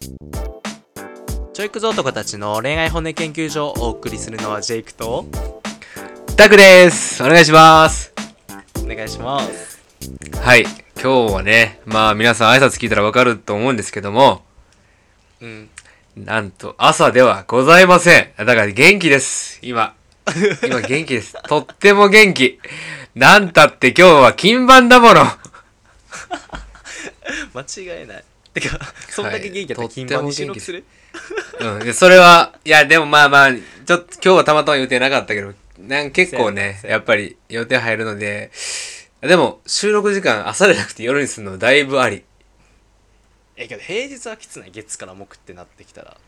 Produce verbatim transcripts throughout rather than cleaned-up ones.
ちょいくぞ男たちの恋愛本音研究所をお送りするのはジェイクとタクです。お願いします。 お願いします。 はい、今日はね、まあ皆さん挨拶聞いたらわかると思うんですけども、 うん、 なんと朝ではございません。だから元気です。今。今元気です。とっても元気。なんたって今日は金番だもの。 間違いない。てか、そんだけ元気やったら金番に収録する？ うん、でそれは、いやでもまあまあ、ちょっと今日はたまたま予定なかったけど、なん結構ね、やっぱり予定入るので、でも収録時間朝じゃなくて夜にするのだいぶあり。 え、けど平日はきつない？月から木ってなってきたら。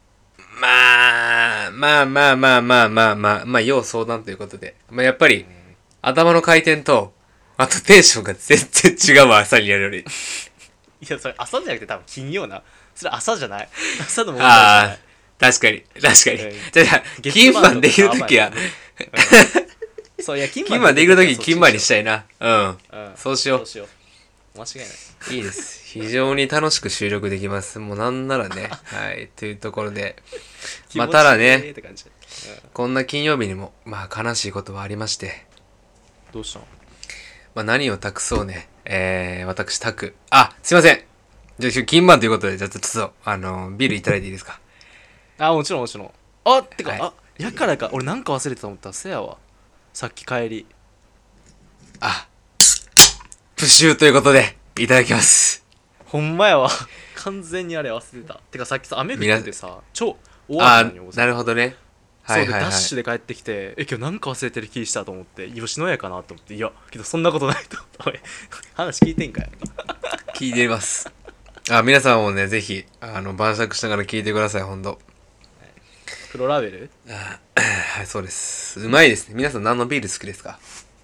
まあ、まあまあまあまあまあまあ、まあ要相談ということで。まあやっぱり、頭の回転と、あとテンションが全然違うわ、朝にやるより。 いや、それ朝じゃなくて多分金曜な。それ朝じゃない。朝の問題じゃない。 ああ、確かに、確かに。 うんじゃあ、金番できるときは、 うん、そういや金金番できるとき金番にしたいな。うん。 うん、 そうしよう。 そうしよう。間違いない。 いいです。非常に楽しく収録できます。もうなんならね。はい。というところで。まあ、ただね、 うん、 こんな金曜日にも、まあ、悲しいことはありまして。 どうしたの？ まあ、何を託そうね。えー、私、託。あ、すいません。じゃあ、金番ということで、じゃあ、ちょっと、あの、ビールいただいていいですか？ あ、もちろんもちろん。あってか、 はい、 あ、やからか。俺なんか忘れてたと思った。せやわ。さっき帰り。 あ、プシューということで、いただきます。 ほんまやわ。完全にあれ忘れてた。てかさっきさ、雨降っててさ、超大あ雨なのよ。 なるほどね。はいはいはい。 そうで、ダッシュで帰ってきて、え、今日なんか忘れてる気したと思って、吉野家かなと思って、いや、けどそんなことないと思った。おい、話聞いてんかよ。 聞いています。あ、皆さんもね、ぜひ、あの、晩酌しながら聞いてください、ほんと。 黒ラベル？ あはい、そうです。うまいですね。皆さん何のビール好きですか？はい。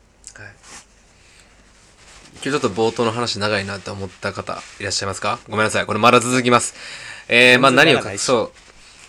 今日ちょっと冒頭の話長いなって思った方いらっしゃいますか？ごめんなさい。これまだ続きます。えー、まあ何を隠そう。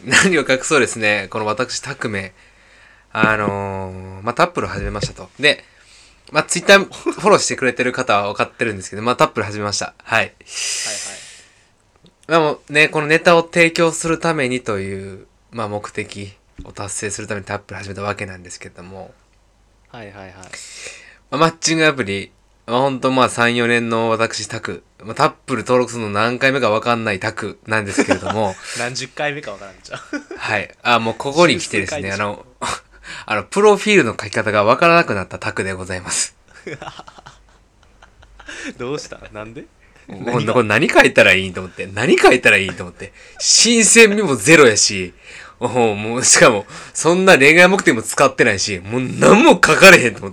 何を隠そうですね。この私、タクメ、あのー、まあタップル始めましたと。で、まあツイッターフォローしてくれてる方は分かってるんですけど、まあタップル始めました。はい。はいはい。まあもうね、このネタを提供するためにという、まあ目的を達成するためにタップル始めたわけなんですけども。 はいはいはい。 まあ、マッチングアプリ、まあ、ほんとまあさん、よねんの私タク、まあ、タップル登録するの何回目か分かんないタクなんですけれども。 何十回目か分からんじゃん。 はい。あ、もうここに来てですね、あの、あの、プロフィールの書き方が分からなくなったタクでございます。 どうした？なんで？ もうこれ何書いたらいいと思って。何書いたらいいと思って。新鮮味もゼロやし、もう、もうしかも、そんな恋愛目的も使ってないし、もう何も書かれへんと思って。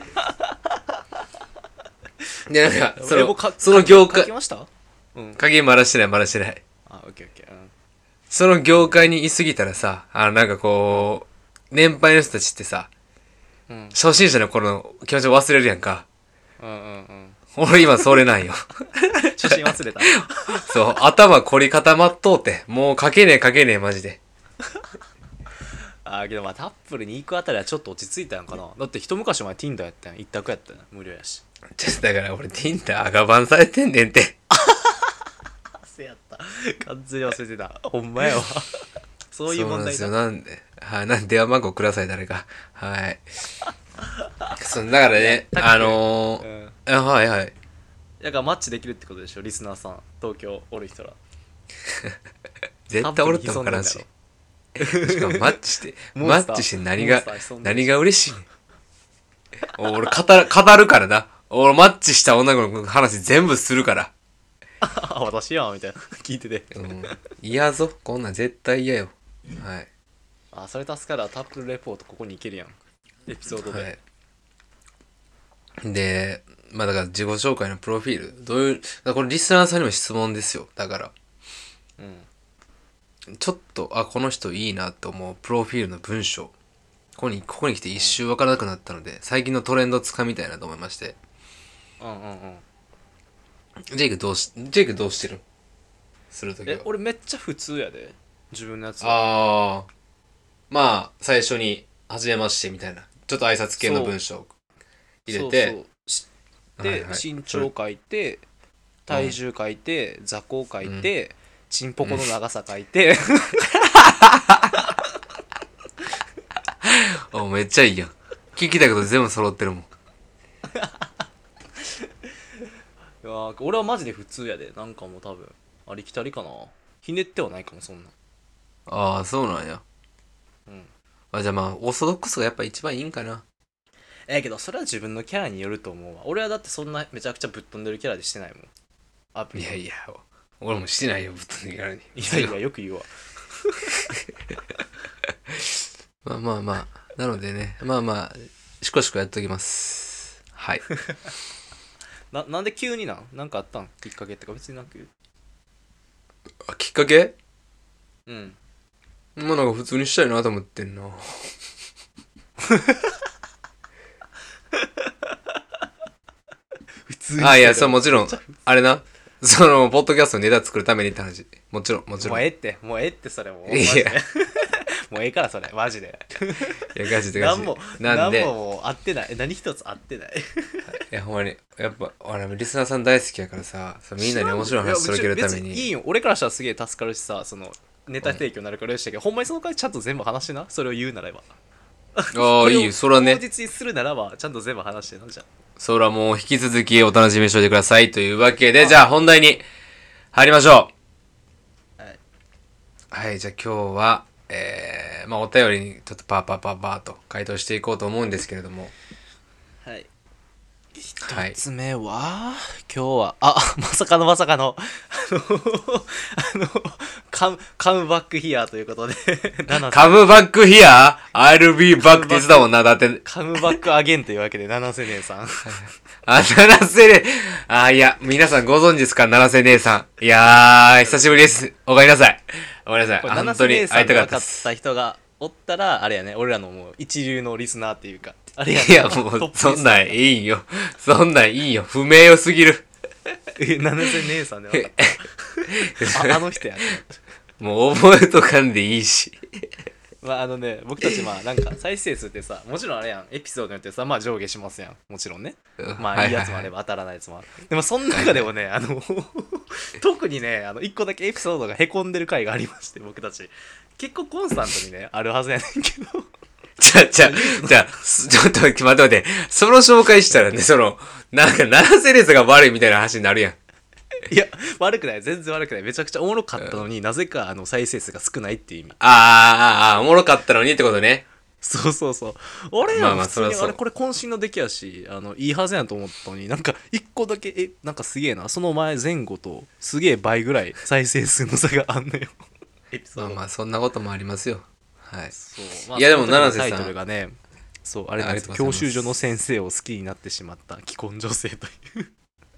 で、なんか、その、その業界、 書きました？うん。 鍵まだしてない、まだしてない。 あ、オッケーオッケー。うん。 その業界にいすぎたらさ、あの、なんかこう、年配の人たちってさ、 うん、 初心者の頃の気持ちを忘れるやんか。 うんうんうん。 俺今それなんよ。 初心忘れた。 そう、頭凝り固まっとうて。もう書けねえ書けねえ、マジで。 あーけどまあタップルに行くあたりはちょっと落ち着いたんかな。だって一昔前 Tinder やったやん。一択やったやん。無料やし。 ちょっとだから俺 Tinder 赤バンされてんねんて。 せやった。完全に忘れてた。ほんまやわ。そういう問題だ。 そうなんですよ。なんで、はい、なんで電話番号ください、誰か。はい。そう、だからね、あのー、うん、あはいはい。 だからマッチできるってことでしょ、リスナーさん。東京おる人ら。 絶対おるって分からんし。しかもマッチして、マッチして何が、何が嬉しいねん。俺語る、語るからな。俺マッチした女の子の話全部するから。 私やんみたいな聞いてて。 うん。嫌ぞ。こんなん絶対嫌よ。はい。 あ、それ助かるわ。タップルレポートここに行けるやん。エピソードで。はい、 で、まあだから自己紹介のプロフィール。どういう、これリスナーさんにも質問ですよ。だから。うん。ちょっと、あ、この人いいなと思うプロフィールの文章。ここに、ここに来て一周わからなくなったので、最近のトレンドをつかみたいなと思いまして。うんうんうん。ジェイクどうし、ジェイクどうしてる？するときは。 え、俺めっちゃ普通やで。自分のやつは。 ああ。まあ、最初に、はじめましてみたいな。ちょっと挨拶系の文章を入れて。そうそうで、はいはい、身長書いて、体重書いて、うん、座高書いて、 チンポコの長さ書いて、 おめっちゃいいやん。聞きたいこと全部揃ってるもん。 いやー俺はマジで普通やで。なんかもう多分ありきたりかな。ひねってはないかもそんな。 ああ、そうなんや。 うんあ、じゃあまあ、オーソドックスがやっぱ一番いいんかな。 ええけどそれは自分のキャラによると思うわ。俺はだってそんなめちゃくちゃぶっ飛んでるキャラでしてないもん。アプリいやいや、俺もしてないよ、ぶっ飛んでからに。 いやいやよく言うわ。 まあまあまあ。なのでね、まあまあ、しこしこやっときます。はい。 ななんで急になんなんかあったんきっかけってか別になく。 あ、きっかけうんまあなんか普通にしたいなと思ってんな。 普通にあ、いや、そう、もちろん、あれな。その、ポッドキャストのネタ作るためにって話。もちろん、もちろん。いもうええってもうええってそれもうマいやジでもうええからそれマジでや、ガチでガチで。 何もなんで、 何ももう合ってない何一つ合ってないいや、ほんまに、やっぱ、俺、リスナーさん大好きやからさ、そうみんなに面白い話届けるためいや別いいに。 よ俺からしたらすげえ助かるしさそのネタ提供になるから嬉しいけど、ほんまにその回ちゃんと全部話してなそれを言うならばああ、いいよ、それはね当。日にするならばちゃんと全部話してなじゃそれはもう引き続きお楽しみにしておいてください。というわけで、じゃあ本題に入りましょう。 はい。 はい、じゃあ今日は、えー、まあお便りにちょっとパーパーパーパーと回答していこうと思うんですけれども。 はいはい一つ目は今日はあまさかのまさかのあのあのカムカムバックヒアということでカムバックヒア ?I'll be back って言ってたもんな、だって。 カムバックアゲンというわけで七瀬姉さんあ、七瀬ね。あ、いや、皆さんご存知ですか七瀬姉さん。いやー、久しぶりです。おかえりなさい。おかえりなさい。 これ本当に七瀬姉さ会いたかんが分かっったです。 た人がおったらあれやね俺らのもう一流のリスナーっていうかあれやねいや、もう、そんなんいいよ。そんなんいいよ。不名誉すぎる。 え七瀬姉さんで分かったああの人やねもう覚えとかんでいいし。 まああのね僕たちまあなんか再生数ってさもちろんあれやんエピソードによってさまあ上下しますやんもちろんねまあいいやつもあれば当たらないやつもあるでもその中でもねあの特にねあのいっこだけエピソードがへこんでる回がありまして僕たち結構コンスタントにねあるはずやねんけどじゃあ、じゃあ、じゃあ、すちょっと待って待って。その紹介したらね、その、なんか、七瀬列が悪いみたいな話になるやん。 いや悪くない全然悪くないめちゃくちゃおもろかったのに、なぜかあの再生数が少ないっていう意味あーあー、あーおもろかったのにってことね。 そうそうそうあれやん、 まあまあ普通にそりゃそうあれこれ渾身の出来やしあのいいはずやんと思ったのになんか一個だけえなんかすげえなその前前後とすげえ倍ぐらい再生数の差があんのよエピソードまあまあ、そんなこともありますよ。はい。 そう、まあ、 いやでもその時の七瀬さんタイトルがねそうあれなんですありがとうございます教習所の先生を好きになってしまった既婚女性という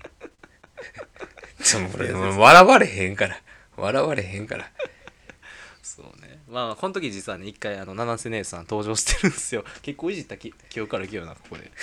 ちょ、もうこれ、もう笑われへんから。笑われへんから。 そうねまあまあこの時実はね一回あの七瀬姉さん登場してるんですよ結構いじったき記憶あるけどなここで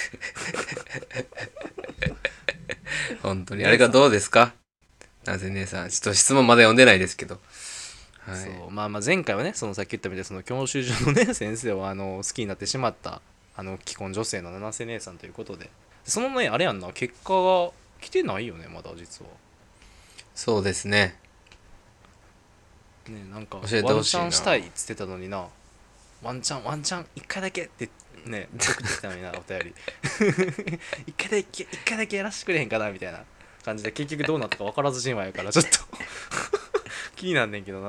本当に。あれがどうですか七瀬姉さん。ちょっと質問まだ読んでないですけど。はい。 そうまあまあ前回はねそのさっき言ったみたいにその教習所のね先生をあの好きになってしまったあの既婚女性の七瀬姉さんということでそのねあれやんな結果が来てないよねまだ実はそうですね。 ねなんか教えてほしいなワンチャンしたいっつってたのになワンチャンワンチャン一回だけってね送ってきたのになお便り一回だけ一回だけやらせてくれへんかなみたいな感じで結局どうなったか分からずじまいやからちょっと気になんねんけど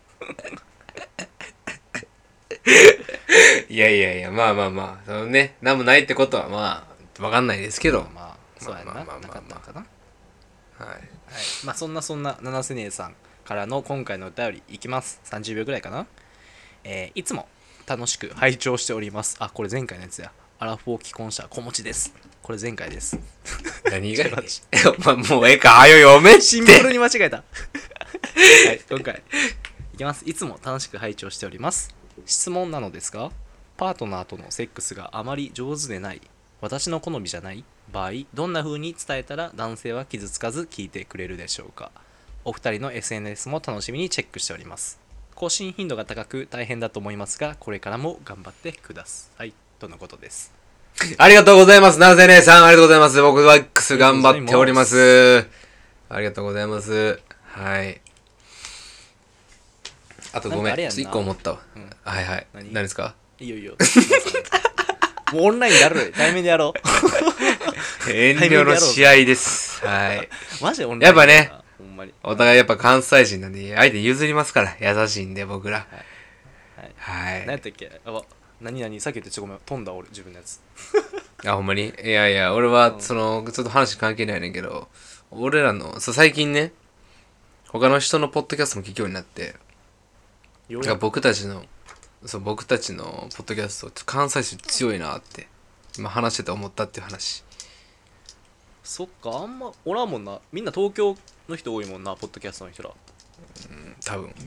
ないやいやいや、まあまあまあ、そのね、なんもないってことはまあ、わかんないですけど。 まあまあそうやんなまあまあまあまあなかったんかなはい。 はい、まあそんなそんな七瀬姉さんからの今回のお便りいきますさんじゅうびょうぐらいかな、えーいつも楽しく拝聴しておりますあこれ前回のやつやアラフォー既婚者子持ちですこれ前回です何がお前もうええか、はよ読めって。 シンプルに間違えたはい今回いきますいつも楽しく拝聴しております質問なのですがパートナーとのセックスがあまり上手でない私の好みじゃない場合どんな風に伝えたら男性は傷つかず聞いてくれるでしょうかお二人の エスエヌエス も楽しみにチェックしております更新頻度が高く大変だと思いますがこれからも頑張ってくださいとのことですありがとうございます。なぜ姉さん、ありがとうございます。僕、ワックス頑張っております。ありがとうございます。はい。 あとごめん、 なんかあれやんなちょっと一個思ったわ。 うん、 はいはい。 何何ですか？ いいよいいよもうオンラインでやる対面でやろう遠慮の試合です。はい。 マジでオンラインやっぱね、 ほんまにお互いやっぱ関西人なんで、相手譲りますから、優しいんで、僕ら。 はいはい。 何やったっけあ何何さっき言ってちょごめん飛んだ俺自分のやつあ、ほんまにいやいや、俺は、その、ちょっと話関係ないねんけど、俺らの、そう、最近ね、他の人のポッドキャストも聞くようになって、 ようやく僕たちの、そう、僕たちのポッドキャスト、関西人強いなって、今話してて思ったっていう話。 そっかあんまおらんもんなみんな東京の人多いもんなポッドキャストの人ら多分。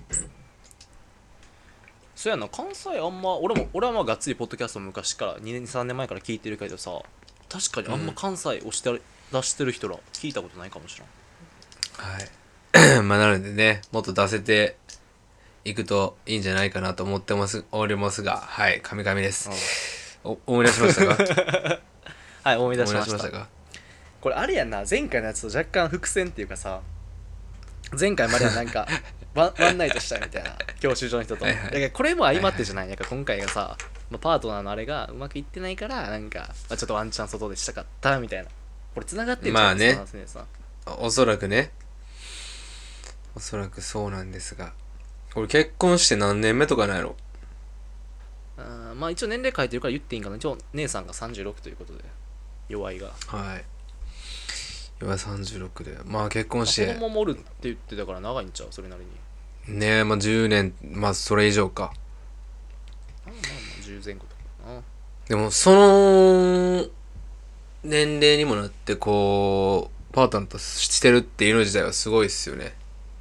そうやな関西あんま俺も俺はまあがっつりポッドキャスト昔からにねんさんねんまえから聞いてるけどさ確かにあんま関西押してる、出してる人ら聞いたことないかもしれんはい。まあ、なのでね、もっと出せていくといいんじゃないかなと思ってます、おりますが、はい、神々です。お思い出しましたか？ はい思い出しました思い出しましたか？ これあれやんな前回のやつと若干伏線っていうかさ前回まではなんかワンワンナイトしたいみたいな教習所の人とはいはいだからこれも相まってじゃない、なんか今回がさ、まあ、パートナーのあれがうまくいってないからなんか、まあ、ちょっとワンチャン外でしたかったみたいなこれ繋がってんじゃんまあねその話さおそらくね、おそらくそうなんですが、これ結婚して何年目とかないの？ あーまあ一応年齢書いてるから言っていいんかな一応姉さんがさんじゅうろくということで弱いがはい。今さんじゅうろくで、まあ結婚し子て、 供もおるって言ってたから長いんちゃうそれなりにねえ、まあじゅうねん、まあそれ以上か。 まあまあまあじゅう前後とかなでも、その、年齢にもなって、こう、パートナーとしてるっていうの自体はすごいっすよね。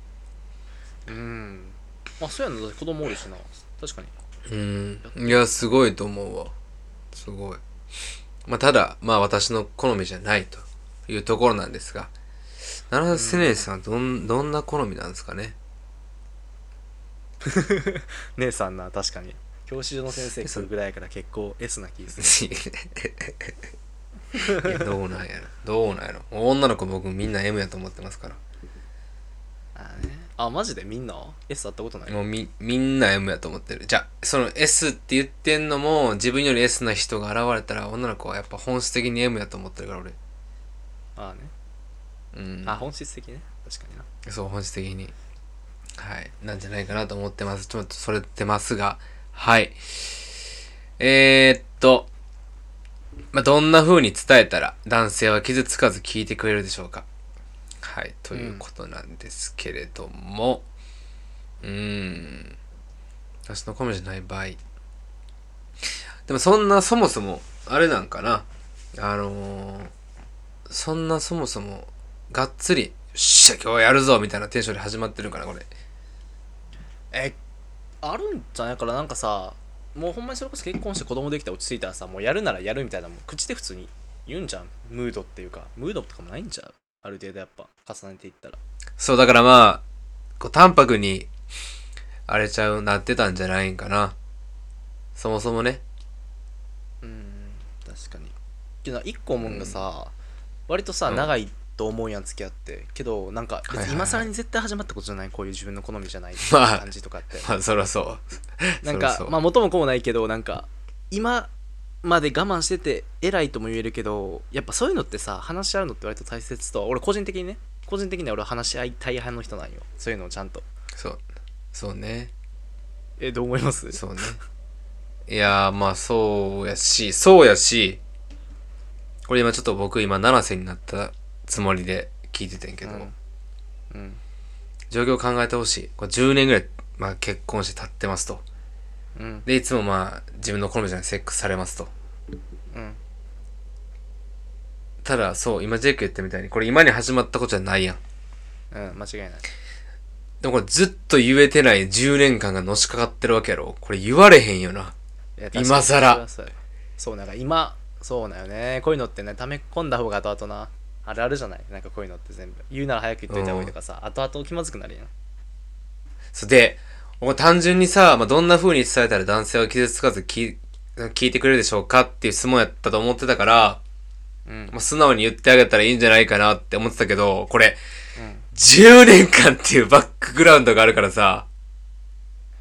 うんまあそうやなだって子供おるしな確かにうん。いや、すごいと思うわ。すごい。まあただ、まあ私の好みじゃないというところなんですが、奈良瀬根さんはどん、どんな好みなんですかね。 姉さんな確かに教師所の先生来るぐらいやから結構 S な気するいやどうなんやろどうなんやろ女の子僕みんな エム やと思ってますから。 あーねあマジでみんな S あったことないもうみみんな エム やと思ってる。じゃあその S って言ってんのも自分より S な人が現れたら女の子はやっぱ本質的に エム やと思ってるから俺。 ああねうんあ本質的ね確かになそう本質的にはいなんじゃないかなと思ってます。ちょっとそれてますがはいえー、っとまあ、どんな風に伝えたら男性は傷つかず聞いてくれるでしょうか。はい、ということなんですけれども、うーん、私の好みじゃない場合。でもそんなそもそも、あれなんかな。あのー、そんなそもそも、がっつり、よっしゃ、今日やるぞみたいなテンションで始まってるんかな、これ。 えあるんじゃないからなんかさもうほんまにそれこそ結婚して子供できて落ち着いたらさもうやるならやるみたいなもう口で普通に言うんじゃんムードっていうかムードとかもないんちゃうある程度やっぱ重ねていったらそう、だからまあ、こう淡白に、荒れちゃう、なってたんじゃないんかな。そもそもね。 うーん確かにけど一個思うんがさ、割とさ、 うん長いと思うやん付き合ってけどなんか別はいはいはいに今更に絶対始まったことじゃないこういう自分の好みじゃないまあ感じとかってまあ、そらそう。 なんかそらそうまあ元も子もないけどなんか今まで我慢してて偉いとも言えるけどやっぱそういうのってさ話し合うのって割と大切とは俺個人的にね個人的には俺は話し合いたい派の人なんよそういうのをちゃんとそう。そうね。 えどう思いますそうね。いやー、まあそうやし、そうやし、これ今ちょっと僕今ななせになったつもりで聞いててんけど、 うんうん状況を考えてほしい。これじゅうねんぐらい、まあ結婚して経ってますと。 うんで、いつもまあ自分の好みじゃないセックスされますと。 うんただそう、今ジェイク言ったみたいに、これ今に始まったことじゃないやん。 うん間違いないでもこれずっと言えてないじゅうねんかんがのしかかってるわけやろ。これ言われへんよな。 いや確かに今更そうよそうなんか今そうだよねこういうのってね溜め込んだ方が後々なあるあるじゃないなんかこういうのって全部言うなら早く言っといた方がいいとかさ後々気まずくなるやんそうで、俺単純にさ、まあ、どんな風に伝えたら男性は傷つかず聞聞いてくれるでしょうかっていう質問やったと思ってたから、 うんまあ、素直に言ってあげたらいいんじゃないかなって思ってたけど、これ、 うんじゅうねんかんっていうバックグラウンドがあるからさ、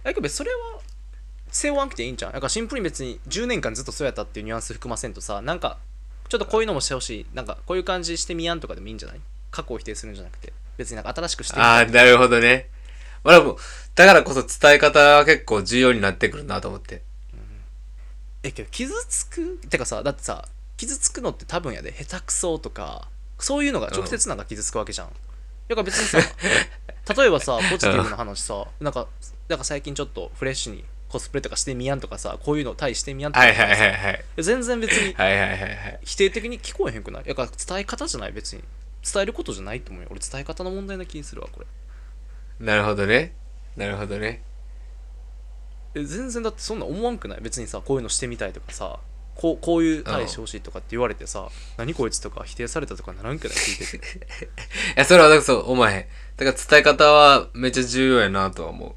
だけど別にそれは背負わなくていいんじゃん。だからシンプルに別にじゅうねんかんずっとそうやったっていうニュアンス含ませんとさ、なんかちょっとこういうのもしてほしい、なんかこういう感じしてみやんとかでもいいんじゃない？過去を否定するんじゃなくて、別になんか新しくしてみたい。 ああ、なるほどね。まあでも、だからこそ伝え方は結構重要になってくるなと思って。 えけど傷つくてかさ、だってさ、傷つくのって多分やで、下手くそとかそういうのが直接なんか傷つくわけじゃん。だから別にさ、例えばさポジティブな話さ、なんかなんか最近ちょっとフレッシュにコスプレとかしてみやんとかさ、こういうの対してみやんとかはいはいさ、 はいはい。 全然別にはいはいはいはい。 否定的に聞こえへんくない？だから伝え方じゃない、別に伝えることじゃないと思うよ。俺伝え方の問題な気にするわこれ。 なるほどね。なるほどね。 え全然だってそんな思わんくない？別にさこういうのしてみたいとかさ、こうこういう対してほしいとかって言われてさ、何こいつとか否定されたとかならんくない？聞いてて。 いや、それはだからそう、お前。だから伝え方はめっちゃ重要やなとは思う。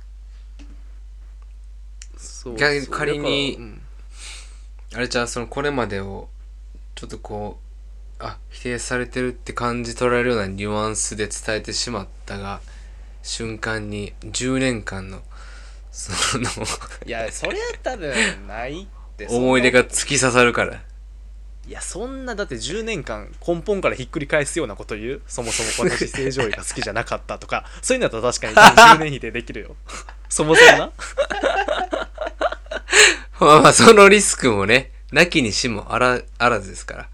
そう逆にそう仮にだからうんあれじゃあ、そのこれまでを、ちょっとこう、あ、否定されてるって感じ取られるようなニュアンスで伝えてしまったが、瞬間にじゅうねんかんの、そのいやそれは多分ないってそんな思い出が突き刺さるから。 いやそんなだってじゅうねんかん根本からひっくり返すようなこと言う？そもそも私正常位が好きじゃなかったとかそういうのだったら確かにじゅうねん否定できるよ。そもそもな。 まあまあ、そのリスクもね、なきにしもあら、あらずですから。はい。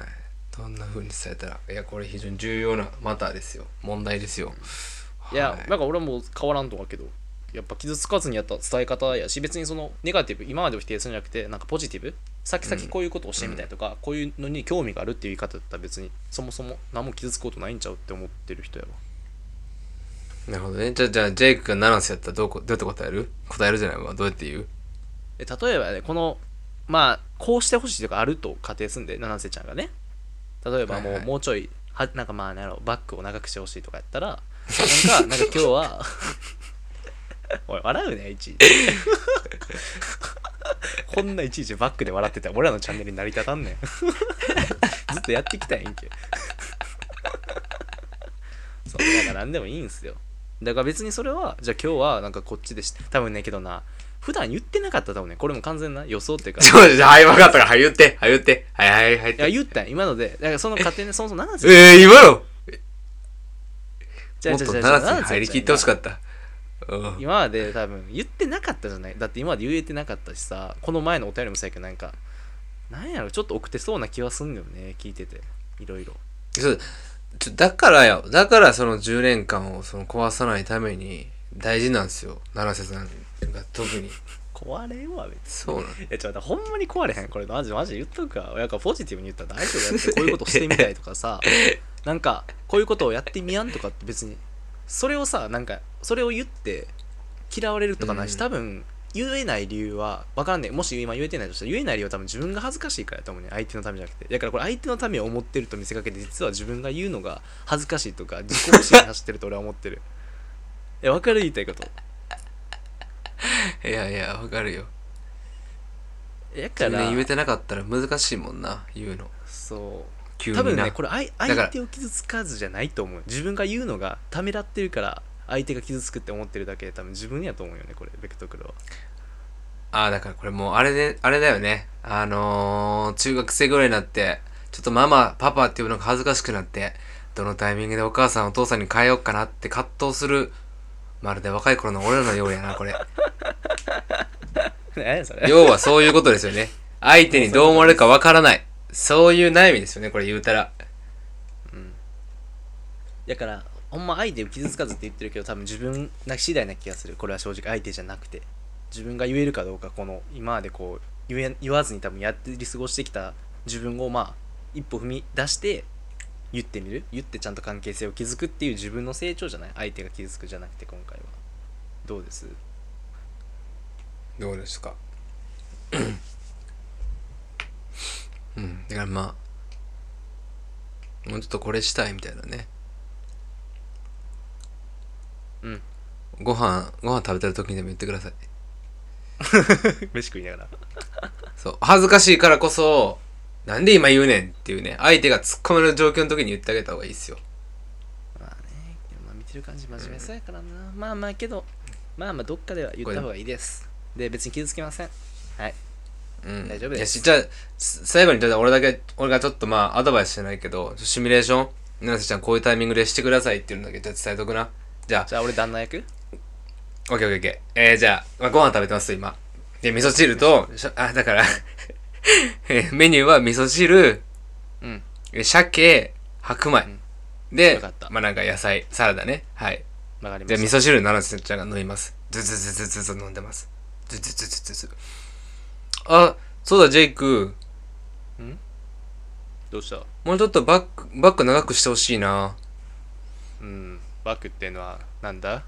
どんな風に伝えたら、いや、これ非常に重要なマターですよ。問題ですよ。 いや、 はいなんか俺はもう変わらんと思うけど、やっぱ傷つかずにやった伝え方やし、別にそのネガティブ、今までを否定するんじゃなくて、なんかポジティブ、先々こういうことをしてみたいとか、うん、こういうのに興味があるっていう言い方だったら別にそもそも何も傷つくことないんちゃうって思ってる人やわ。 なるほどね。じゃあ、じゃあ、ジェイクがナナスやったらどうこ、どうやって答える？答えるじゃないわ。どうやって言う？ え例えばね、この、まあ、こうしてほしいとかあると仮定すんで、七瀬ちゃんがね、例えばもう、 はいはい、 もうちょい、はなんかまあ、なんやろ、バックを長くしてほしいとかやったら、なんか、なんか今日は、おい、笑うね、いちいち。こんないちいちバックで笑ってたら、俺らのチャンネルに成り立たんねん。ずっとやってきたやんけ。そう、だから何でもいいんすよ。だから別にそれは、じゃあ今日はなんかこっちでし、多分ね、けどな、普段言ってなかったら多分ね、これも完全な予想っていうか。 ちょ、じゃあ、はい、分かったから、はい、言って。はい、言って。はい、はい、はい。いいや、言ったん今ので。だからその過程で、そもそも七瀬えー、今のじゃあじゃあじゃあもっとナナスに入りきってほしかった。うん、 今まで多分言ってなかったじゃない。だって今まで言えてなかったしさ、この前のお便りもそうやけど、なんか、なんやろ、ちょっと送ってそうな気はすんのよね、聞いてて。いろいろ。 そうちょだからよ。だからそのじゅうねんかんをその壊さないために大事なんですよ。七瀬さんが特に。 壊れんわ、別に。 そうなん。 え、ちょっとほんまに壊れへん。これマジマジ言っとくか。親がポジティブに言ったら大丈夫やって、こういうことしてみたいとかさ、なんか、こういうことをやってみやんとかって別に、それをさ、なんか、それを言って嫌われるとかないし、 うん、 多分、言えない理由は、わからんねん。もし今言えてないとしたら、言えない理由は多分自分が恥ずかしいからやと思うねん。相手のためじゃなくて。だからこれ相手のためを思ってると見せかけて、実は自分が言うのが恥ずかしいとか、自己保身に走ってると俺は思ってる。え、わかる言いたいこと。 いやいや、わかるよ。 やから、 ね、言えてなかったら難しいもんな、言うの。 そう。 急にな。 多分ね、これ相相手を傷つかずじゃないと思う。自分が言うのがためらってるから相手が傷つくって思ってるだけで多分自分やと思うよね、これベクトクルは。 ああ、だからこれもうあれで、あれだよね。あのー、中学生ぐらいになって、ちょっとママ、パパっていうのが恥ずかしくなって、どのタイミングでお母さんお父さんに変えようかなって葛藤する、まるで若い頃の俺らのようやな、これ。 何やそれ。 要はそういうことですよね。相手にどう思われるかわからない。そういう悩みですよね、これ言うたら。 うん。だからほんま相手を傷つかずって言ってるけど多分自分な次第な気がする。これは正直相手じゃなくて自分が言えるかどうか、この今までこう言え言わずに多分やってり過ごしてきた自分をまあ一歩踏み出して言ってみる、言ってちゃんと関係性を築くっていう自分の成長じゃない、相手が傷つくじゃなくて。今回はどうです？ どうですか。うん。だからまあ、もうちょっとこれしたいみたいなね。 うん。 ご飯、ご飯食べてる時にでも言ってください。 飯食いながら。 そう。恥ずかしいからこそ、なんで今言うねんっていうね、相手が突っ込める状況の時に言ってあげた方がいいっすよ。 まあね、まあ、見てる感じ真面目そうやからな、うん、まあまあけどまあまあどっかでは言った方がいいですで別に傷つきませんはい、うん、大丈夫です。 じゃあ最後に俺だけ俺がちょっとまあアドバイスしてないけどシミュレーション七瀬ちゃんこういうタイミングでしてくださいっていうのだけじゃあ伝えとくな。じゃあじゃあ俺旦那役。 オッケーオッケーオッケー。えー、じゃあ、まあ、ご飯食べてます今。で味噌汁とあだからメニューは味噌汁、うん、鮭白米、うん、でまあなんか野菜サラダね。はい。わかりました。じゃあ味噌汁七瀬ちゃんが飲みます。ずずずずずず飲んでます。ずずずずずず。あ、そうだジェイク。 ん？どうした？ もうちょっとバックバック長くしてほしいな。 うん、バックっていうのはなんだ？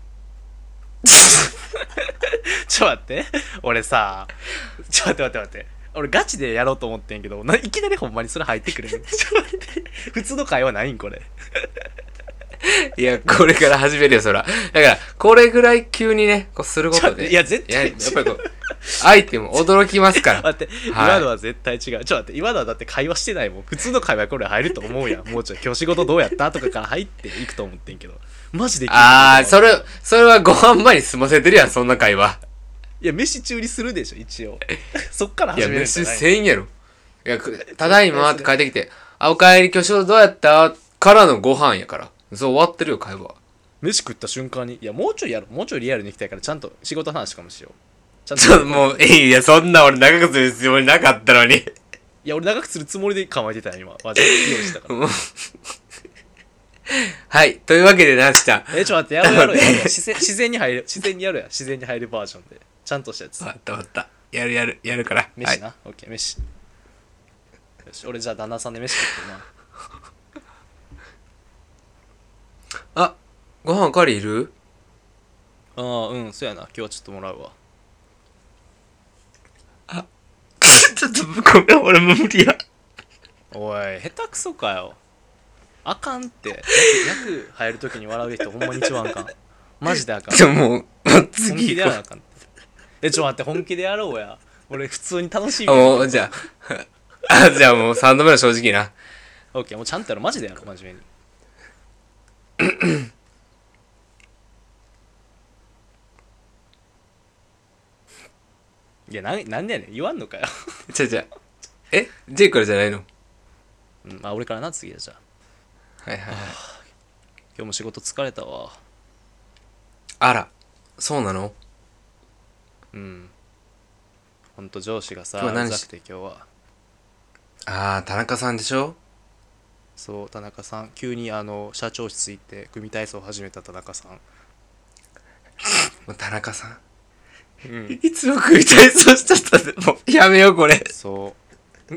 ちょ待って俺さちょ待って待って待って俺ガチでやろうと思ってんけどないきなりほんまにそれ入ってくるちょ待って普通の会話ないんこれいやこれから始めるよそらだからこれぐらい急にねこうすることでいや絶対や, やっぱりこう相手も驚きますから待って、はい、今のは絶対違うちょっと待って今のはだって会話してないもん普通の会話これ入ると思うやんもうちょい今日仕事どうやったとかから入っていくと思ってんけどマジでああそれそれはご飯前に済ませてるやんそんな会話いや飯中にするでしょ一応そっから始めるんじゃないいや飯せんやろいやただいまって帰ってきてあおかえり今日仕事どうやったからのご飯やからそう終わってるよ会話飯食った瞬間にいやもうちょいやろもうちょいリアルに行きたいからちゃんと仕事話かもしようちゃんとちょっともういいやそんな俺長くするつもりなかったのにいや俺長くするつもりで構えてたよ今マジで用意したからはいというわけでなしちゃんえちょっと待ってやろうやろうやろう自然自然に入る自然にやるや自然に入るバージョンでちゃんとしたやつわったわったやるやるやるから飯な、はい、オッケー飯よし俺じゃあ旦那さんで飯食ってなあご飯おかわりいるああうんそうやな今日はちょっともらうわあちょっとごめん俺も無理やおい下手くそかよあかんって役入るときに笑う人ほんまに一番あかんマジであかんじゃもう本気でやらなあかんってえちょ待って本気でやろうや俺普通に楽しいもうじゃああじゃあもうさんどめの正直なオッケーもうちゃんとやろうマジでやろう真面目にいやななんでやねん言わんのかよじゃじゃえジェイからじゃないのうんあ俺からな次だじゃあはいはい、はい、 今日も仕事疲れたわあらそうなのうんほんと上司がさうざくて今日はああ田中さんでしょそう田中さん急にあの社長室行って組体操を始めた田中さんもう田中さん、 うん、 いつも組体操しちゃったでもうやめようこれそう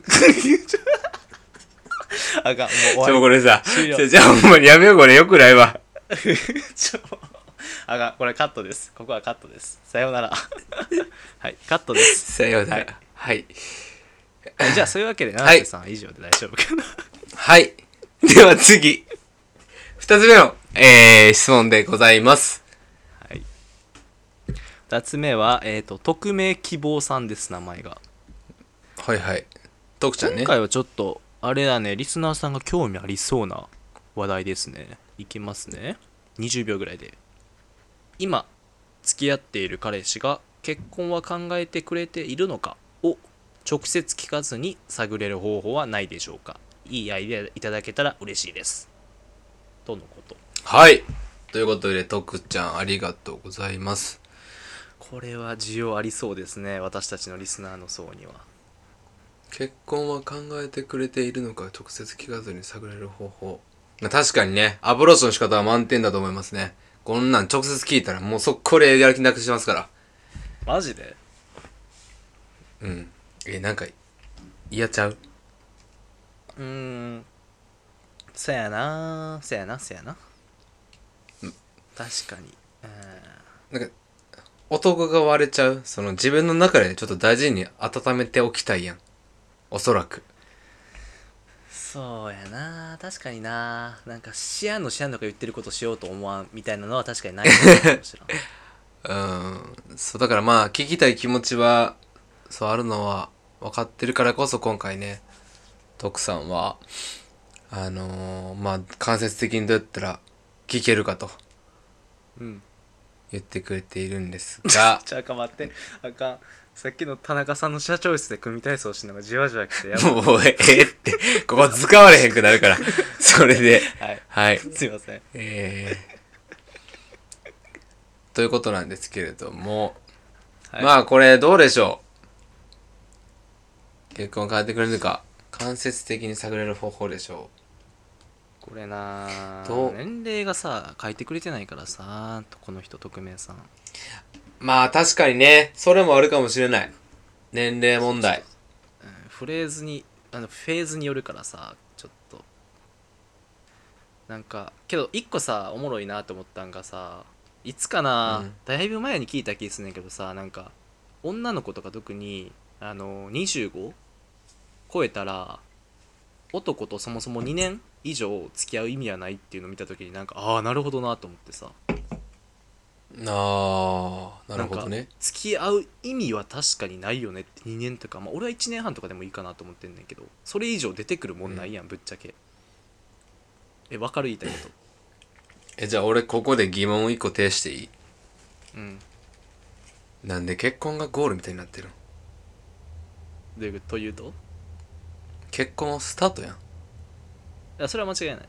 あかんもう終わりちょこれさじゃあほんまにやめようこれよくないわちょあかんこれカットですここはカットですさようならはいカットですさようならはい、 はい、じゃあそういうわけで七瀬さんは以上で大丈夫かなはいでは次二つ目の、えー、質問でございますはい二つ目はえっ、ー、と匿名希望さんです名前がはいはい徳ちゃんね今回はちょっとあれだねリスナーさんが興味ありそうな話題ですねいきますねにじゅうびょうぐらいで今付き合っている彼氏が結婚は考えてくれているのかを直接聞かずに探れる方法はないでしょうかいいアイデアいただけたら嬉しいですとのことはいということで徳ちゃんありがとうございますこれは需要ありそうですね私たちのリスナーの層には結婚は考えてくれているのか直接聞かずに探れる方法確かにねアプローチの仕方は満点だと思いますねこんなん直接聞いたらもう速攻でやる気なくしますからマジでうんえなんか嫌ちゃううーんそやなそやなそやな、うん、確かにうんなんか男が割れちゃうその自分の中でちょっと大事に温めておきたいやんおそらくそうやな確かにななんかシアンのシアンとか言ってることしようと思わんみたいなのは確かにないかもしれんうんそうだからまあ聞きたい気持ちはそうあるのは分かってるからこそ今回ね徳さんはあのー、まあ間接的にどうやったら聞けるかとうん言ってくれているんですがちゃあかん待ってあかんさっきの田中さんの社長室で組体操しながらじわじわ来てやばいもうええってここ使われへんくなるからそれではいはいすいませんえー、ということなんですけれども、 はいまあこれどうでしょう。結婚を変えてくれるのか間接的に探れる方法でしょこれなどう年齢がさ書いてくれてないからさこの人匿名さんう。まあ確かにねそれもあるかもしれない。年齢問題。 うんフレーズにあのフェーズによるからさちょっとなんかけど一個さおもろいなと思ったんがさいつかな、 うんだいぶ前に聞いた気すんねんけどさなんか女の子とか特にあのにじゅうご超えたら男とそもそもにねん以上付き合う意味はないっていうのを見た時になんかああなるほどなと思ってさああななんかるほどね。 付き合う意味は確かにないよねってにねんとか、まあ、俺はいちねんはんとかでもいいかなと思ってんねんけどそれ以上出てくるもんないやん、ぶっちゃけえ分かる言いたいこえじゃあ俺ここで疑問を一個呈していい？ とうんなんで結婚がゴールみたいになってるの？ どういうというとい結婚はスタートやん。 やそれは間違いない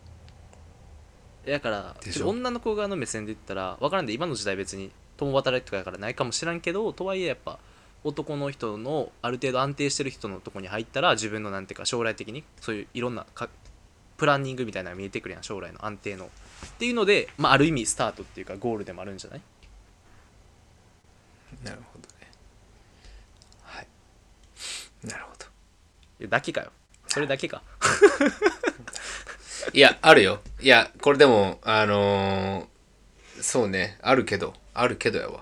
だからでしょ？ 女の子側の目線で言ったら分からんで今の時代別に共働きとかやからないかもしらんけどとはいえやっぱ男の人のある程度安定してる人のとこに入ったら自分のなんていうか将来的にそういういろんなかプランニングみたいなのが見えてくるやん将来の安定のっていうので、まあ、ある意味スタートっていうかゴールでもあるんじゃないなるほどね。はい。なるほど。 いやだけかよそれだけかいやあるよ。いやこれでもあのー、そうねあるけどあるけどやわ。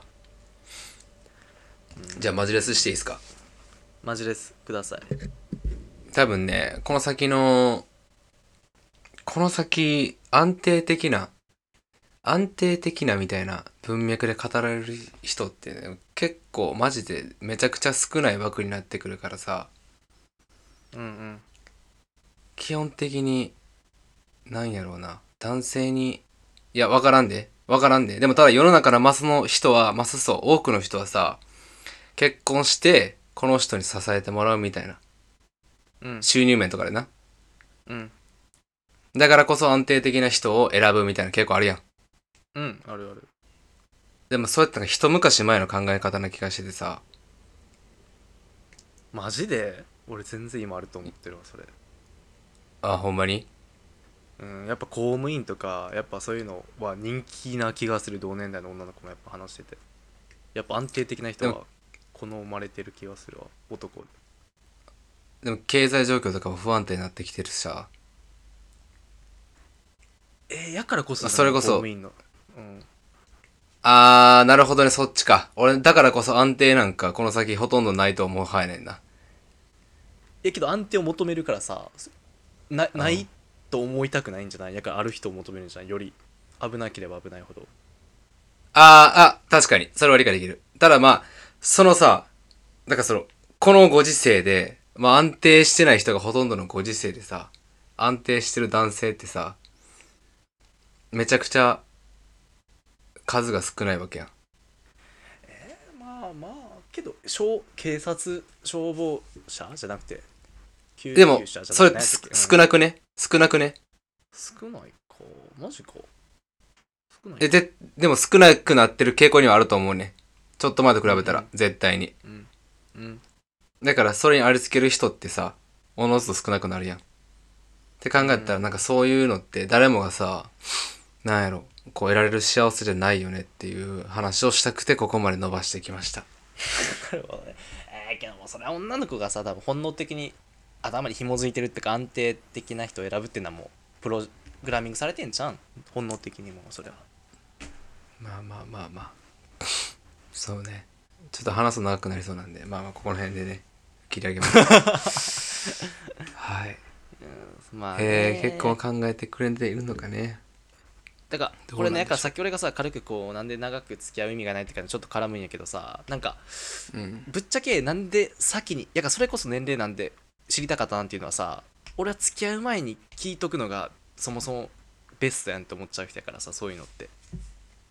じゃあマジレスしていいですか？ マジですください多分ねこの先のこの先安定的な安定的なみたいな文脈で語られる人って、ね、結構マジでめちゃくちゃ少ない枠になってくるからさうんうん基本的になんやろうな男性にいやわからんでわからんででもただ世の中のマスの人はマスそう多くの人はさ結婚してこの人に支えてもらうみたいなうん収入面とかでなうんだからこそ安定的な人を選ぶみたいな結構あるやん。 うんあるあるでもそうやったら一昔前の考え方な気がしててさマジで俺全然今あると思ってるわそれあほんまにうん、やっぱ公務員とかやっぱそういうのは人気な気がする同年代の女の子もやっぱ話しててやっぱ安定的な人では好まれてる気がするわ男でも経済状況とかも不安定になってきてるしさえー、やからこそじゃないそれこそ公務員のうんあーなるほどねそっちか俺だからこそ安定なんかこの先ほとんどないと思うはやねんな。 えけど安定を求めるからさななうんいと思いたくないんじゃないやからある人を求めるんじゃないより危なければ危ないほどあーあ確かにそれは理解できる。ただまあそのさだからそのこのご時世でまあ安定してない人がほとんどのご時世でさ安定してる男性ってさめちゃくちゃ数が少ないわけやん。 まあまあけど消警察消防車じゃなくて救でも急車じゃそれないすうん少なくね少なくね少ないかマジか少ないえででも少なくなってる傾向にはあると思うね。ちょっと前と比べたら、 うんうん絶対に。 うんうんだからそれにありつける人ってさおのずと少なくなるやん。って考えたらなんかそういうのって誰もがさなんやろこう得られる幸せじゃないよねっていう話をしたくてここまで伸ばしてきました。 なるほどねえー、けどもそれは女の子がさ多分本能的に頭に紐づいてるってか安定的な人を選ぶっていうのはもうプログラミングされてんじゃん本能的にもそれはまあまあまあまあそうねちょっと話すの長くなりそうなんでまあまあここの辺でね切り上げますはいまあねえー、結婚を考えてくれているのかね。 だからどうなんでしょうこれねやからさっき俺がさ軽くこうなんで長く付き合う意味がないってかちょっと絡むんやけどさなんかうんぶっちゃけなんで先にやからそれこそ年齢なんで知りたかったなんていうのはさ俺は付き合う前に聞いとくのがそもそもベストやんって思っちゃう人やからさそういうのって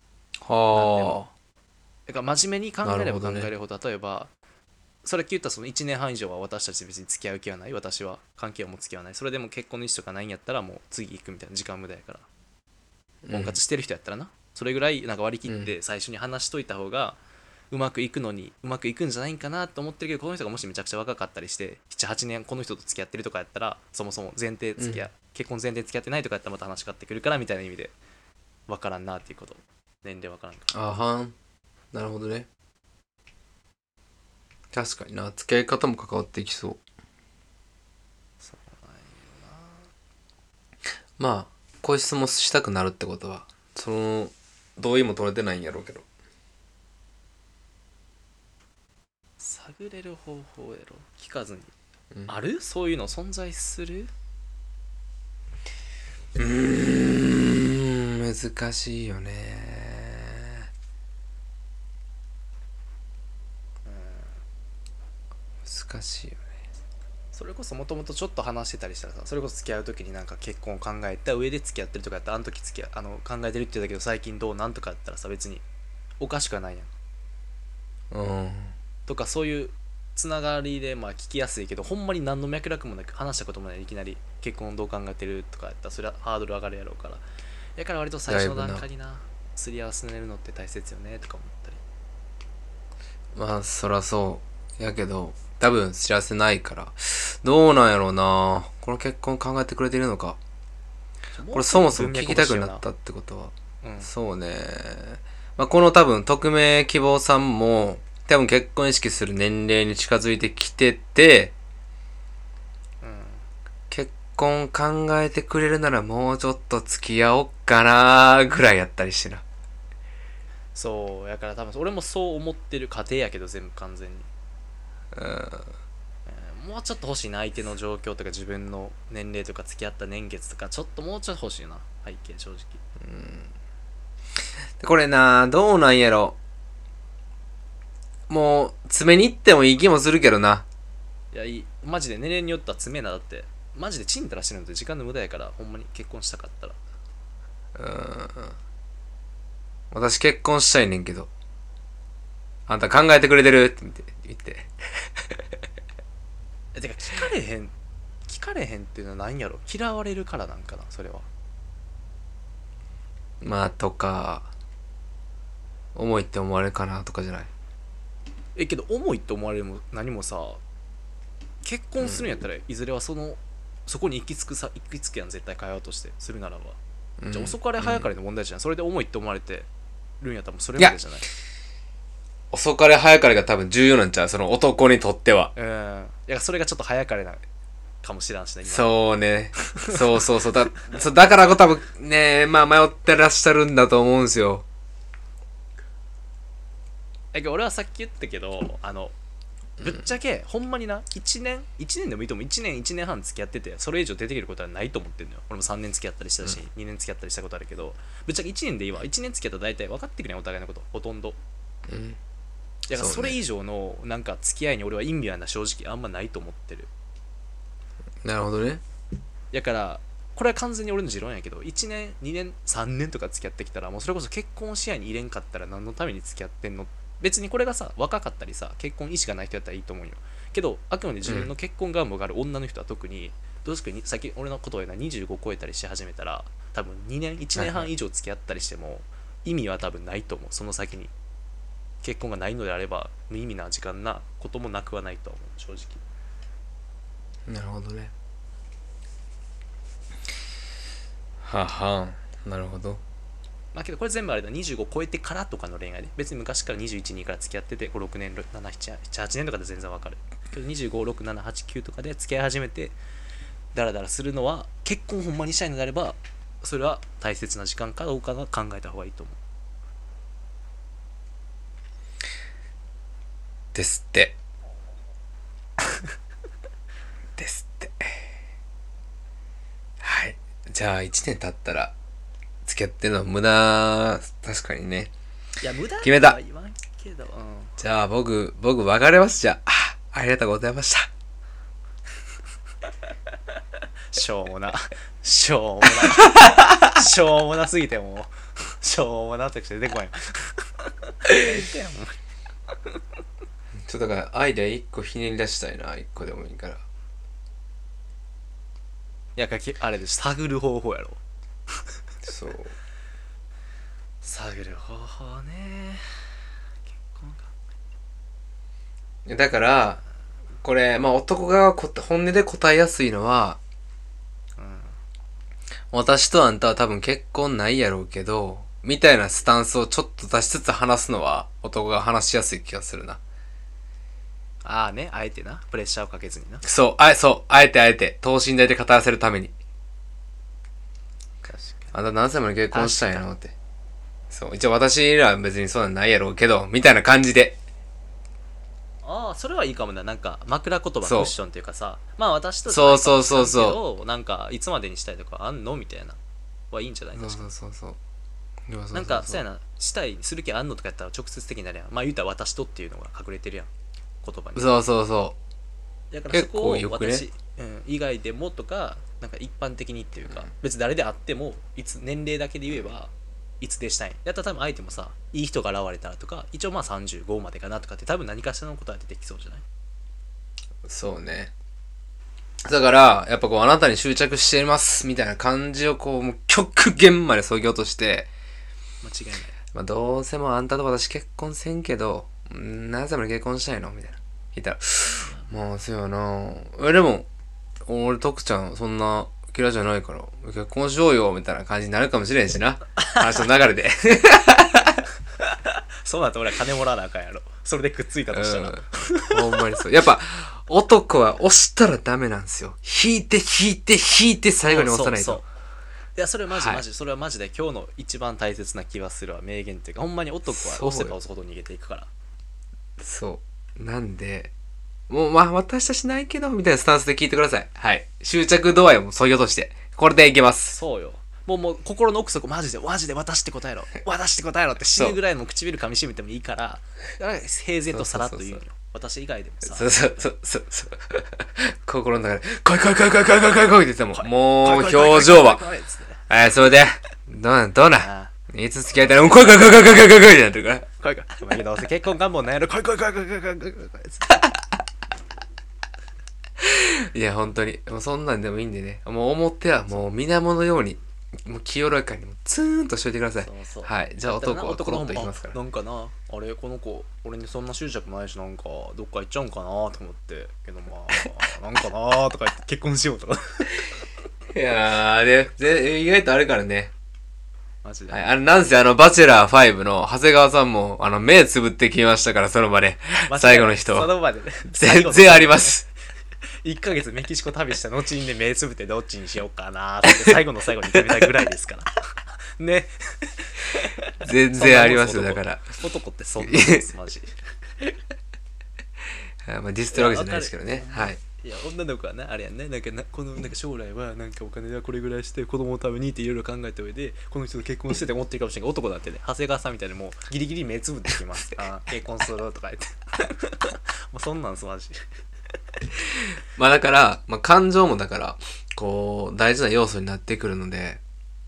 はだから真面目に考えれば考えるほど、 なるほど例えばそれ言ったらそのいちねんはん以上は私たち別に付き合う気はない、私は関係を持つ気はない、それでも結婚の意思とかないんやったらもう次行くみたいな、時間無駄やから、 うん婚活してる人やったらな、それぐらいなんか割り切っうて最初に話しといた方がうまくいくのにうまくいくんじゃないんかなと思ってるけど、この人がもしめちゃくちゃ若かったりしてななはちねんこの人と付き合ってるとかやったら、そもそも前提付き合、 うん結婚前提付き合ってないとかやったらまた話変わってくるからみたいな意味で分からんなっていうこと、年齢分からんかあはんなるほどね。確かにな、付き合い方も関わっていきそう。 そうまあこういう質問したくなるってことはその同意も取れてないんやろうけど。 探れる方法やろ、聞かずに、 うんあるそういうの存在する。 うーん難しいよね。難しいよね。 それこそもともとちょっと話してたりしたらさ、それこそ付き合う時になんか結婚を考えた上で付き合ってるとかやったら、あの時付き合あの考えてるって言ったけど最近どうなんとかやったらさ、別におかしくはないやんうんとか、そういうつながりでまあ聞きやすいけど、ほんまに何の脈絡もなく話したこともないいきなり結婚どう考えてるとかやったらそれはハードル上がるやろうから、だから割と最初の段階になすり合わせるのって大切よねとか思ったり。 まあそらそうやけど多分幸せないからどうなんやろうな。この結婚考えてくれてるのか。これそもそも聞きたくなったってことは、 うん、 そうね。まあこの多分匿名希望さんも多分結婚意識する年齢に近づいてきてて、 うん結婚考えてくれるならもうちょっと付き合おっかなぐらいやったりしてな。 そうやから多分俺もそう思ってる過程やけど全部完全に、 うんえーもうちょっと欲しいな、相手の状況とか自分の年齢とか付き合った年月とかちょっともうちょっと欲しいな、背景正直。 これなどうなんやろ。もう詰めに行ってもいい気もするけどな。 いやいいマジで年齢によっては詰めな、だってマジでチンタラしてるのって時間の無駄やから、ほんまに結婚したかったら。 私結婚したいねんけどあんた考えてくれてるって言ってえてか聞かれへん聞かれへんっていうのは何やろ、嫌われるからなんかなそれは。 まあとか重いって思われるかなとかじゃない。 えけど重いって思われるも何もさ、結婚するんやったらいずれはそのそこに行き着くさ行き着くやん絶対会話としてするならば、 うん、 じゃあ遅かれ早かれの問題じゃん、それで重いって思われてるんやったらもうそれまでじゃない。 遅かれ早かれが多分重要なんちゃう、その男にとっては。 うんいやそれがちょっと早かれなかもしれんしね今。 そうね。そうそうそう。だ、そうだから多分ね、まあ迷ってらっしゃるんだと思うんですよ。 え俺はさっき言ったけど、あのぶっちゃけ、ほんまにないちねんいちねんでもいいと思う、いちねんいちねんはん付き合っててそれ以上出てくることはないと思ってんのよ。俺もさんねん付き合ったりしたし、うん、にねん付き合ったりしたことあるけど、ぶっちゃけいちねんでいいわ。いちねん付き合ったら大体分かってくるやんお互いのこと、ほとんど。 うんだからそれ以上のなんか付き合いに俺は意味はな正直あんまないと思ってる。 なるほどね。 だからこれは完全に俺の持論やけど、いちねんにねんさんねんとか付き合ってきたらもうそれこそ結婚視野に入れんかったら何のために付き合ってんの。別にこれがさ若かったりさ結婚意思がない人やったらいいと思うよ。けどあくまで自分の結婚願望がある女の人は特に、どうしかにさっき俺のことを言うなにじゅうご超えたりし始めたら多分にねんいちねんはん以上付き合ったりしても意味は多分ないと思う。その先に結婚がないのであれば無意味な時間なこともなくはないと思う正直。 なるほどね。ははんなるほど。 まあけどこれ全部あれだ、にじゅうご超えてからとかの恋愛で、別に昔からにじゅういち、にから付き合っててご、ろくねん、なな、なな、はちねんとかで全然わかるけど、にじゅうご、ろく、なな、はち、きゅうとかで付き合い始めてダラダラするのは、結婚ほんまにしたいのであればそれは大切な時間かどうかが考えた方がいいと思う。 ですってですって。はい。じゃあいちねん経ったら付き合ってるのは無駄。確かにね。 いや無駄決めた。 言わんけど、うん、 じゃあ僕僕別れます。じゃあありがとうございました。 しょうもなしょうもなしょうもなすぎてもうしょうもなって出てこないちょっとだからアイデアいっこひねり出したいな。いっこでもいいから。いやかきあれです、探る方法やろ。 そう探る方法ね。結婚か。 だからこれまあ男がこ本音で答えやすいのは、 うん、 私とあんたは多分結婚ないやろうけどみたいなスタンスをちょっと出しつつ話すのは男が話しやすい気がするな。 ああね、あえてな、プレッシャーをかけずにな。 そう、あえ、そう、あえてあえて、等身大で語らせるために。 確かあんた何歳まで結婚したんやのって。そう、一応私らは別にそうなんないやろうけど、みたいな感じで。 ああ、それはいいかもな。なんか枕言葉クそうッションっていうかさ、まあ私とそうそうそうそうなんかいつまでにしたいとかあんのみたいなはいいんじゃない？ そうそうそうそう。 なんかそうやな、したいする気あんのとかやったら直接的になるやん。まあ言うたら私とっていうのが隠れてるやん、言葉に。 そうそうそだからそこを結構よくね私、うん、以外でもとか、なんか一般的にっていうか、別に誰であってもいつ年齢だけで言えばいつでしたいやったら多分相手もさ、いい人が現れたらとか、一応まあさんじゅうごまでかなとかって多分何かしらのことは出てきそうじゃない？ う。そうね。だから、やっぱこう、あなたに執着していますみたいな感じをこう、もう極限まで削ぎ落として、 間違いない。 まあ、どうせもうあんたと私結婚せんけど、ん何歳まで結婚したいのみたいな。聞いたら、まあ、そうやなえ、でも、俺、徳ちゃん、そんな嫌いじゃないから、結婚しようよ、みたいな感じになるかもしれんしな。話の流れで。 そうなったら俺は金もらわなあかんやろ。それでくっついたとしたら。 うん、ほんまにそう。やっぱ、男は押したらダメなんですよ。引いて引いて引いて最後に押さないと。 そうそうそういや、それはマジはいマジ、それはマジで今日の一番大切な気はするわ。名言っていうか、ほんまに男は押せば押すほど逃げていくから。 そう。なんで、もうまあ私たちないけど、みたいなスタンスで聞いてください。はい。執着度合いを削ぎ落として。これでいけます。 そうよ。もうもう心の奥底マジでマジで私って答えろ私って答えろって死ぬぐらいの唇噛みしめてもいいから平然とさらっと言うのよ。私以外でもさ、 そうそうそうそうそう心の中で来い来い来い来い来い来い来い来いって言ってももう表情はえそれでどうなんどうなんいつ付き合いたいの来い来い来い来い来い来い来いってなってるから来い来いどうせ結婚願望ないやろ来い来い来い来い来い来い来い来いいや本当にもうそんなんでもいいんでね、もう表はもう水面のようにもう清らかにもツーンとしといてください。そうそうはい。じゃあ男はコロッといきますから。 なんかな、あれこの子俺にそんな執着ないし、なんかどっか行っちゃうんかなと思ってけど、まあなんかなとか言って結婚しようとかいやーでで意外とあるからね。 マジで、 はい、あのなんせあのバチェラーファイブの長谷川さんもあの目つぶってきましたから、その場で最後の人その場でね全然ありますいっかげつメキシコ旅した後にね、目つぶってどっちにしようかなって最後の最後に決めたぐらいですからね全然ありますよ。だから男ってそんなですマジまあディスってるわけじゃないですけどね。はい。 いや女の子はねあれやんね、なんかなこのなんか将来はなんかお金はこれぐらいして子供のためにっていろいろ考えた上でこの人と結婚してて思ってるかもしれないけど、男だってね長谷川さんみたいにもうギリギリ目つぶってきますあ結婚するとか言ってもうそんなんすマジまあだから、まあ、感情もだからこう大事な要素になってくるので、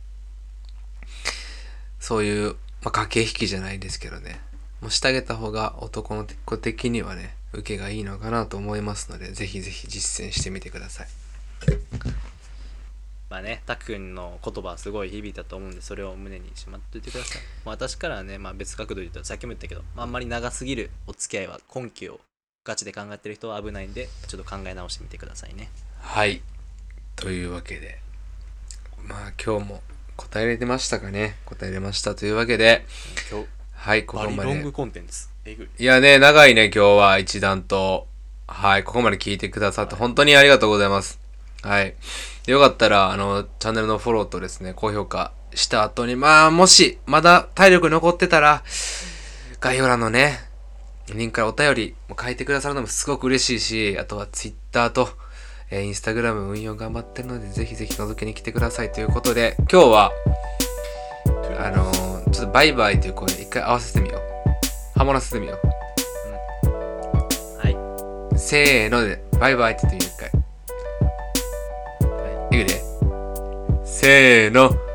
そういう、まあ、駆け引きじゃないですけどね、もうしてあげた方が男の子的にはね受けがいいのかなと思いますので、ぜひぜひ実践してみてください。 まあね、たくんの言葉はすごい響いたと思うんで、それを胸にしまっといてください。まあ、私からはね、まあ、別角度で言うとさっきも言ったけど、あんまり長すぎるお付き合いは根拠をガチで考えてる人は危ないんで、ちょっと考え直してみてくださいね。 はい。というわけで、まあ今日も答えれてましたかね。答えれましたというわけで、 今日はいここまで。 バリロングコンテンツ。えぐい。 いやね長いね今日は一段と。はいここまで聞いてくださって本当にありがとうございます。はい。よかったらあのチャンネルのフォローとですね高評価した後に、まあもしまだ体力残ってたら概要欄のねリンクからお便りも書いてくださるのもすごく嬉しいし、あとは Twitter と、えー、Instagram 運用頑張ってるのでぜひぜひ覗きに来てくださいということで、今日はあのー、ちょっとバイバイという声一回合わせてみよう。ハモらせてみよう、うん、 はいせーのでバイバイって言ってみよう一回、はい、いくでせーの。